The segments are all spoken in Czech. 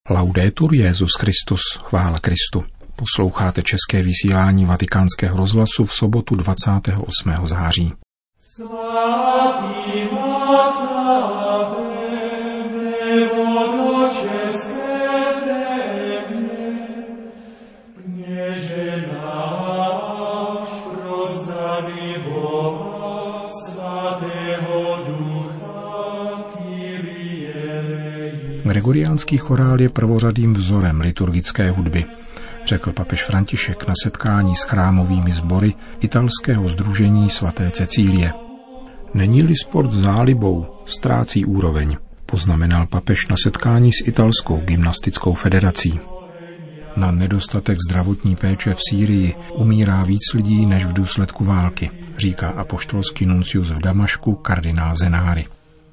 Laudetur Jesus Christus, chvála Kristu. Posloucháte české vysílání Vatikánského rozhlasu v sobotu 28. září. Gregoriánský chorál je prvořadým vzorem liturgické hudby, řekl papež František na setkání s chrámovými sbory italského sdružení svaté Cecílie. Není-li sport zálibou, ztrácí úroveň, poznamenal papež na setkání s italskou gymnastickou federací. Na nedostatek zdravotní péče v Sýrii umírá víc lidí než v důsledku války, říká apoštolský nuncius v Damašku kardinál Zenari.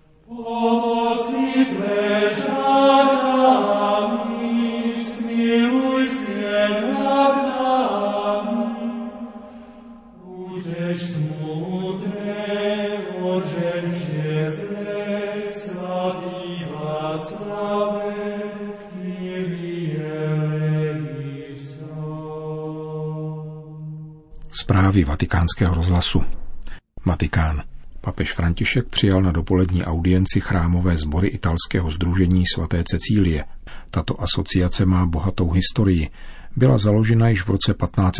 Zprávy Vatikánského rozhlasu. Vatikán. Papež František přijal na dopolední audienci chrámové sbory italského sdružení svaté Cecílie. Tato asociace má bohatou historii. Byla založena již v roce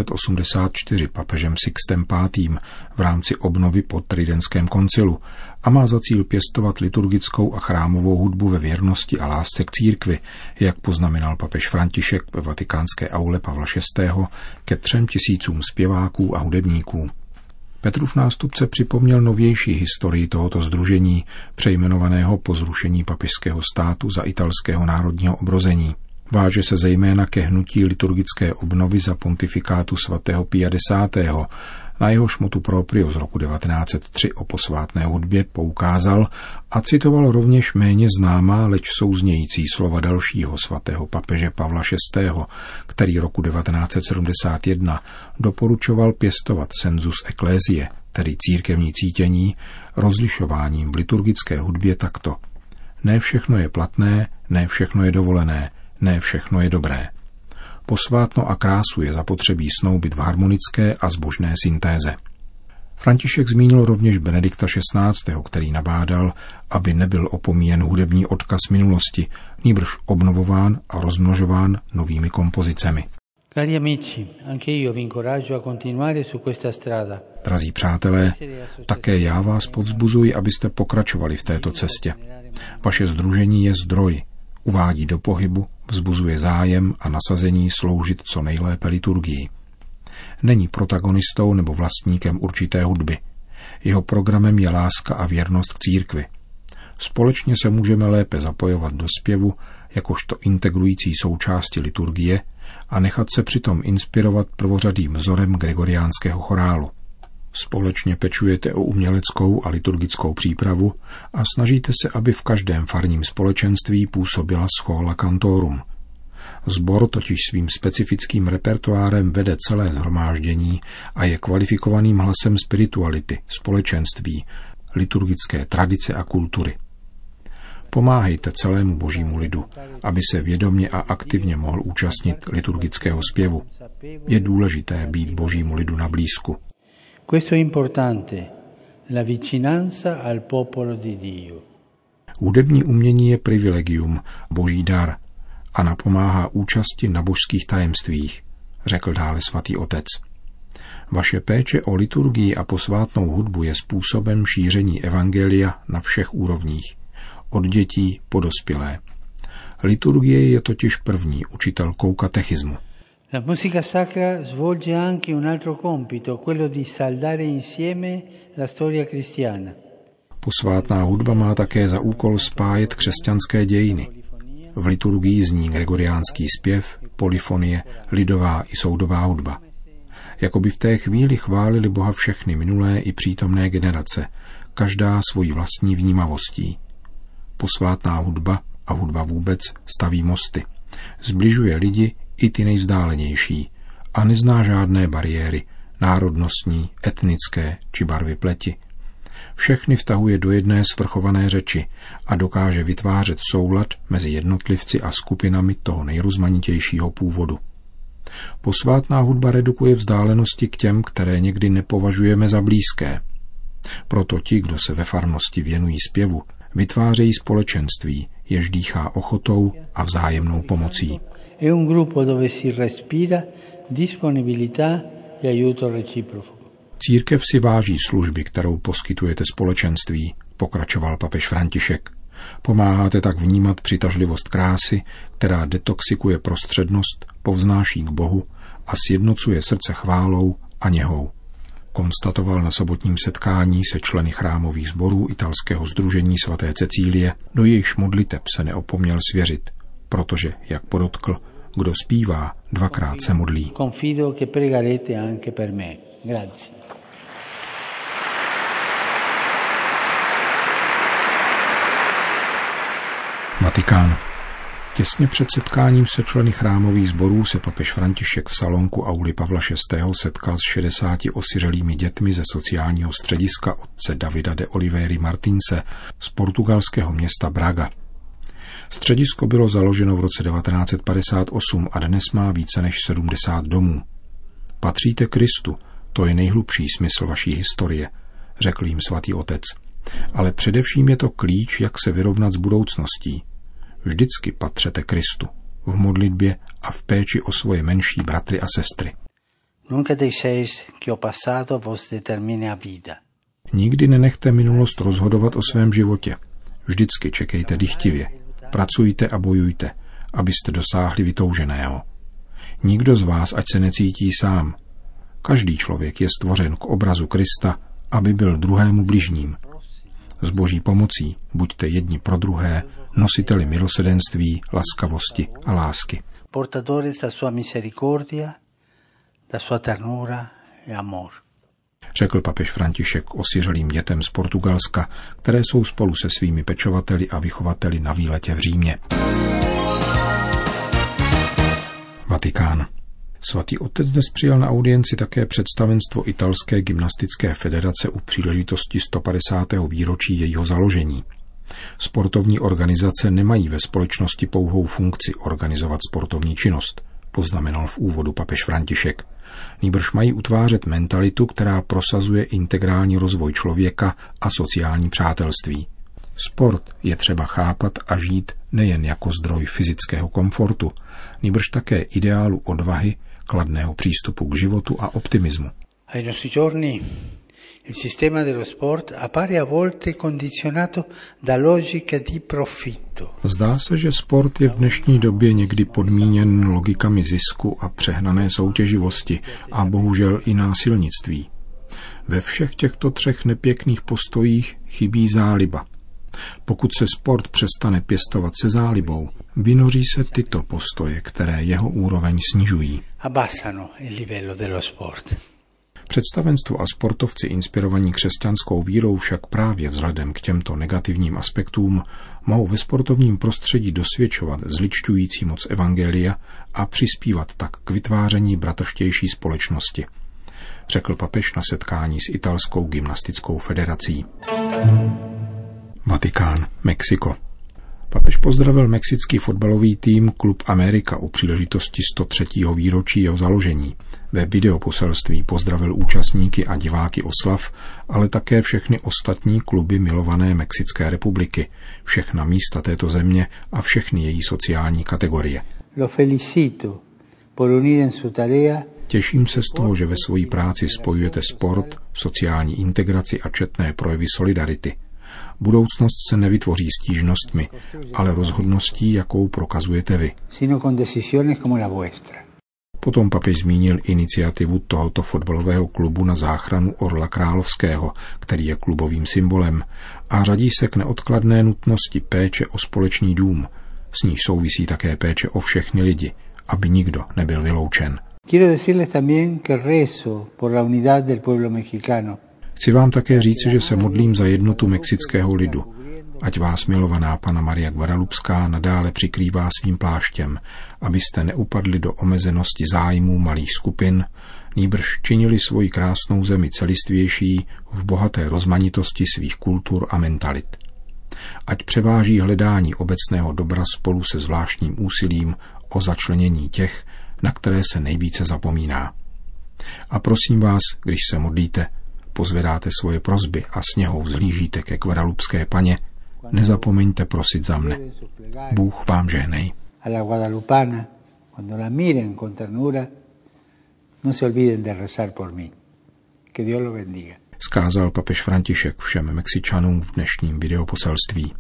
1584 papežem Sixtem V. v rámci obnovy po Tridentském koncilu a má za cíl pěstovat liturgickou a chrámovou hudbu ve věrnosti a lásce k církvi, jak poznamenal papež František ve vatikánské aule Pavla VI. Ke 3000 zpěváků a hudebníků. Petrův nástupce připomněl novější historii tohoto sdružení, přejmenovaného po zrušení papežského státu za italského národního obrození. Váže se zejména ke hnutí liturgické obnovy za pontifikátu svatého Pia X. Na jehož motu proprio z roku 1903 o posvátné hudbě poukázal a citoval rovněž méně známá, leč souznějící slova dalšího svatého papeže Pavla VI., který roku 1971 doporučoval pěstovat sensus ecclesiae, tedy církevní cítění, rozlišováním v liturgické hudbě takto. Ne všechno je platné, ne všechno je dovolené, ne všechno je dobré. Posvátno a krásu je zapotřebí snoubit v harmonické a zbožné syntéze. František zmínil rovněž Benedikta XVI., který nabádal, aby nebyl opomíjen hudební odkaz minulosti, nýbrž obnovován a rozmnožován novými kompozicemi. Cari amici, anche io vi incoraggio a continuare su questa strada. Drazí přátelé, také já vás povzbuzuji, abyste pokračovali v této cestě. Vaše sdružení je zdroj, uvádí do pohybu, vzbuzuje zájem a nasazení sloužit co nejlépe liturgii. Není protagonistou nebo vlastníkem určité hudby. Jeho programem je láska a věrnost k církvi. Společně se můžeme lépe zapojovat do zpěvu, jakožto integrující součásti liturgie a nechat se přitom inspirovat prvořadým vzorem gregoriánského chorálu. Společně pečujete o uměleckou a liturgickou přípravu a snažíte se, aby v každém farním společenství působila schola cantorum. Sbor totiž svým specifickým repertoárem vede celé shromáždění a je kvalifikovaným hlasem spirituality, společenství, liturgické tradice a kultury. Pomáhejte celému božímu lidu, aby se vědomě a aktivně mohl účastnit liturgického zpěvu. Je důležité být božímu lidu na blízku. Questo è importante, la vicinanza al popolo di Dio. Hudební umění je privilegium, boží dar a napomáhá účasti na božských tajemstvích, řekl dále svatý otec. Vaše péče o liturgii a posvátnou hudbu je způsobem šíření evangelia na všech úrovních, od dětí po dospělé. Liturgie je totiž první učitelkou katechismu. La musica sacra svolge anche un altro compito, quello di saldare insieme la storia cristiana. Posvátná hudba má také za úkol spájet křesťanské dějiny. V liturgii zní gregoriánský zpěv, polyfonie, lidová i soudová hudba. Jakoby v té chvíli chválili Boha všechny minulé i přítomné generace, každá svojí vlastní vnímavostí. Posvátná hudba a hudba vůbec staví mosty. Zbližuje lidi i ty nejvzdálenější a nezná žádné bariéry, národnostní, etnické či barvy pleti. všechny vtahuje do jedné svrchované řeči a dokáže vytvářet soulad mezi jednotlivci a skupinami toho nejrozmanitějšího původu. Posvátná hudba redukuje vzdálenosti k těm, které někdy nepovažujeme za blízké. Proto ti, kdo se ve farnosti věnují zpěvu, vytvářejí společenství, jež dýchá ochotou a vzájemnou pomocí. È un gruppo dove si respira disponibilità e aiuto reciproco. Církev si váží služby, kterou poskytujete společenství, pokračoval papež František. Pomáháte tak vnímat přitažlivost krásy, která detoxikuje prostřednost, povznáší k Bohu a sjednocuje srdce chválou a něhou. Konstatoval na sobotním setkání se členy chrámových sborů italského sdružení svaté Cecílie, do jejichž modliteb se neopomněl svěřit, protože, jak podotkl, kdo zpívá, dvakrát se modlí. Confido che pregherete anche per me. Grazie. Vatikán. Těsně před setkáním se členy chrámových sborů se papež František v salonku auly Pavla VI. Setkal s 60 osiřelými dětmi ze sociálního střediska otce Davida de Oliveira Martinse z portugalského města Braga. Středisko bylo založeno v roce 1958 a dnes má více než 70 domů. Patříte Kristu, to je nejhlubší smysl vaší historie, řekl jim svatý otec. Ale především je to klíč, jak se vyrovnat s budoucností. Vždycky patřete Kristu, v modlitbě a v péči o svoje menší bratry a sestry. Nikdy nenechte minulost rozhodovat o svém životě. Vždycky čekejte dychtivě, pracujte a bojujte, abyste dosáhli vytouženého. Nikdo z vás ať se necítí sám. Každý člověk je stvořen k obrazu Krista, aby byl druhému bližním. S Boží pomocí buďte jedni pro druhé nositeli milosrdenství, laskavosti a lásky. Řekl papež František osiřelým dětem z Portugalska, které jsou spolu se svými pečovateli a vychovateli na výletě v Římě. Vatikán. Svatý otec dnes přijal na audienci také představenstvo Italské gymnastické federace u příležitosti 150. výročí jejího založení. Sportovní organizace nemají ve společnosti pouhou funkci organizovat sportovní činnost, poznamenal v úvodu papež František. Nýbrž mají utvářet mentalitu, která prosazuje integrální rozvoj člověka a sociální přátelství. Sport je třeba chápat a žít nejen jako zdroj fyzického komfortu, nýbrž také ideálu odvahy, kladného přístupu k životu a optimismu. Il sistema dello sport appare a volte condizionato da logiche di profitto. Zdá se, že sport je v dnešní době někdy podmíněn logikami zisku a přehnané soutěživosti a bohužel i násilnictví. Ve všech těchto třech nepěkných postojích chybí záliba. Pokud se sport přestane pěstovat se zálibou, vynoří se tyto postoje, které jeho úroveň snižují. Abbassano il livello dello sport. Představenstvo a sportovci inspirovaní křesťanskou vírou však právě vzhledem k těmto negativním aspektům mohou ve sportovním prostředí dosvědčovat zličťující moc evangelia a přispívat tak k vytváření bratrštější společnosti, řekl papež na setkání s Italskou gymnastickou federací. Vatikán, Mexiko. Papež pozdravil mexický fotbalový tým Club America u příležitosti 103. výročí jeho založení. Ve videoposelství pozdravil účastníky a diváky oslav, ale také všechny ostatní kluby milované Mexické republiky, všechna místa této země a všechny její sociální kategorie. Těším se z toho, že ve své práci spojujete sport, sociální integraci a četné projevy solidarity. Budoucnost se nevytvoří stížnostmi, ale rozhodností, jakou prokazujete vy. Potom papež zmínil iniciativu tohoto fotbalového klubu na záchranu orla královského, který je klubovým symbolem, a řadí se k neodkladné nutnosti péče o společný dům. S níž souvisí také péče o všechny lidi, aby nikdo nebyl vyloučen. Chci vám také říci, že se modlím za jednotu mexického lidu. Ať vás milovaná Panna Maria Guadalupská nadále přikrývá svým pláštěm, abyste neupadli do omezenosti zájmů malých skupin, nýbrž činili svoji krásnou zemi celistvější v bohaté rozmanitosti svých kultur a mentalit. Ať převáží hledání obecného dobra spolu se zvláštním úsilím o začlenění těch, na které se nejvíce zapomíná. A prosím vás, když se modlíte, pozvedáte svoje prosby a s něhou vzhlížíte ke Guadalupské Paně, nezapomeňte prosit za mne. Bůh vám žehnej. Vzkázal papež František všem Mexičanům v dnešním videoposelství.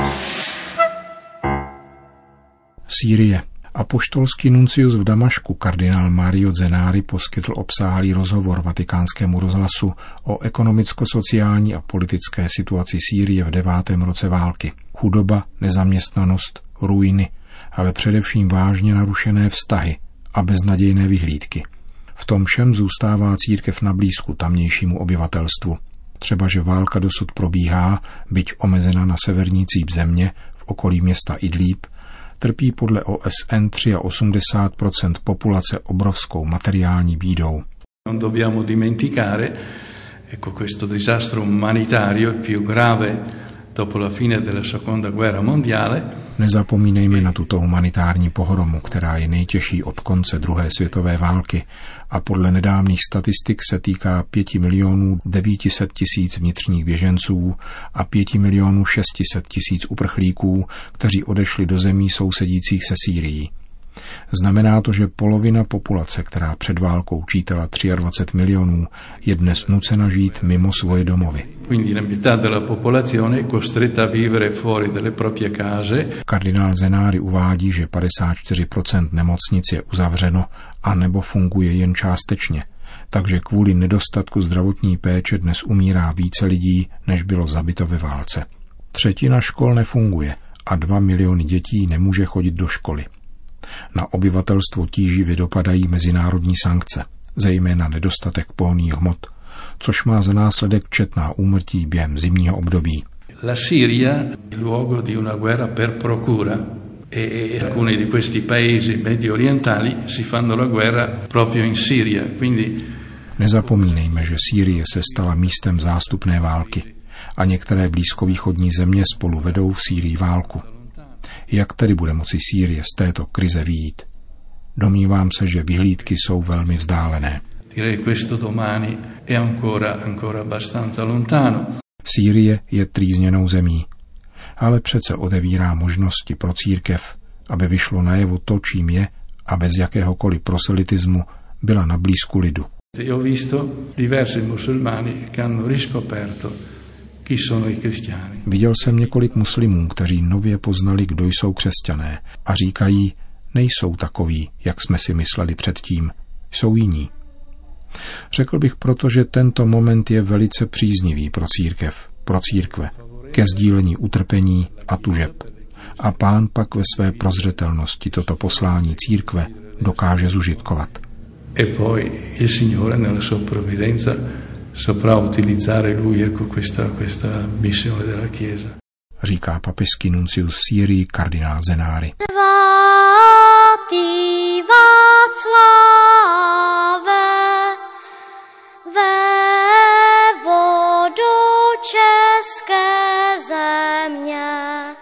Sýrie. Apoštolský nuncius v Damašku kardinál Mario Zenari poskytl obsáhlý rozhovor Vatikánskému rozhlasu o ekonomicko-sociální a politické situaci Sýrie v 9. roce války. Chudoba, nezaměstnanost, ruiny, ale především vážně narušené vztahy a beznadějné vyhlídky. V tom všem zůstává církev na blízku tamnějšímu obyvatelstvu. Třeba, že válka dosud probíhá, byť omezena na severní cíp země v okolí města Idlib, trpí podle OSN 83% populace obrovskou materiální bídou. Non dobbiamo dimenticare, ecco, questo disastro umanitario, il più grave dopo la fine della seconda guerra mondiale. Nezapomínejme na tuto humanitární pohromu, která je nejtěžší od konce druhé světové války a podle nedávných statistik se týká 5 900 000 vnitřních běženců a 5 600 000 uprchlíků, kteří odešli do zemí sousedících se Sýrií. Znamená to, že polovina populace, která před válkou čítala 23 milionů, je dnes nucena žít mimo svoje domovy. Kardinál Zenari uvádí, že 54% nemocnic je uzavřeno a nebo funguje jen částečně, takže kvůli nedostatku zdravotní péče dnes umírá více lidí, než bylo zabito ve válce. 1/3 škol nefunguje a 2 miliony dětí nemůže chodit do školy. Na obyvatelstvo tíživě dopadají mezinárodní sankce, zejména nedostatek pohonných hmot, což má za následek četná úmrtí během zimního období. La Siria è luogo di una guerra per procura e alcuni di questi paesi medio orientali si fanno la guerra proprio in Siria, quindi nezapomínejme, že Sýrie se stala místem zástupné války a některé blízkovýchodní země spolu vedou v Sýrii válku. Jak tedy bude moci Sýrie z této krize vyjít? Domnívám se, že vyhlídky jsou velmi vzdálené. Sýrie je trýzněnou zemí, ale přece otevírá možnosti pro církev, aby vyšlo najevo to, čím je a bez jakéhokoliv proselitismu byla na blízku lidu. Viděl jsem několik muslimů, kteří nově poznali, kdo jsou křesťané a říkají, nejsou takoví, jak jsme si mysleli předtím, jsou jiní. Řekl bych proto, že tento moment je velice příznivý pro církev, pro církve, ke sdílení utrpení a tužeb. A Pán pak ve své prozřetelnosti toto poslání církve dokáže zužitkovat. E poi il Signore nella sua provvidenza saprà utilizzare lui, ecco, questa missione della Chiesa. Říká papežský nuncius v Sýrii kardinál Zenari. Svatý Václave, vévodo české země,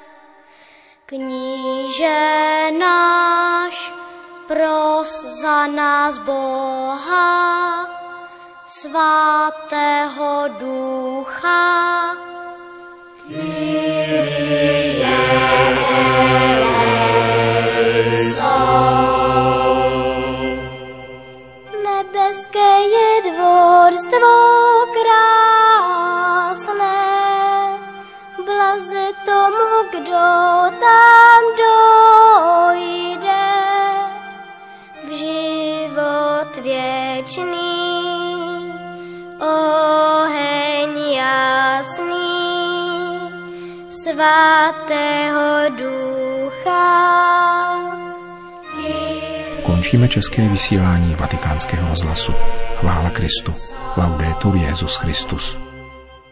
kníže náš, pros za nás Boha, svatého ducha. Kyrie eleison. Nebeské je dvorstvo krásné, blaze tomu, kdo tam dojde, v život věčný, oheň jasný, svatého ducha. Končíme české vysílání Vatikánského rozhlasu. Chvála Kristu. Laudetur Jesus Christus.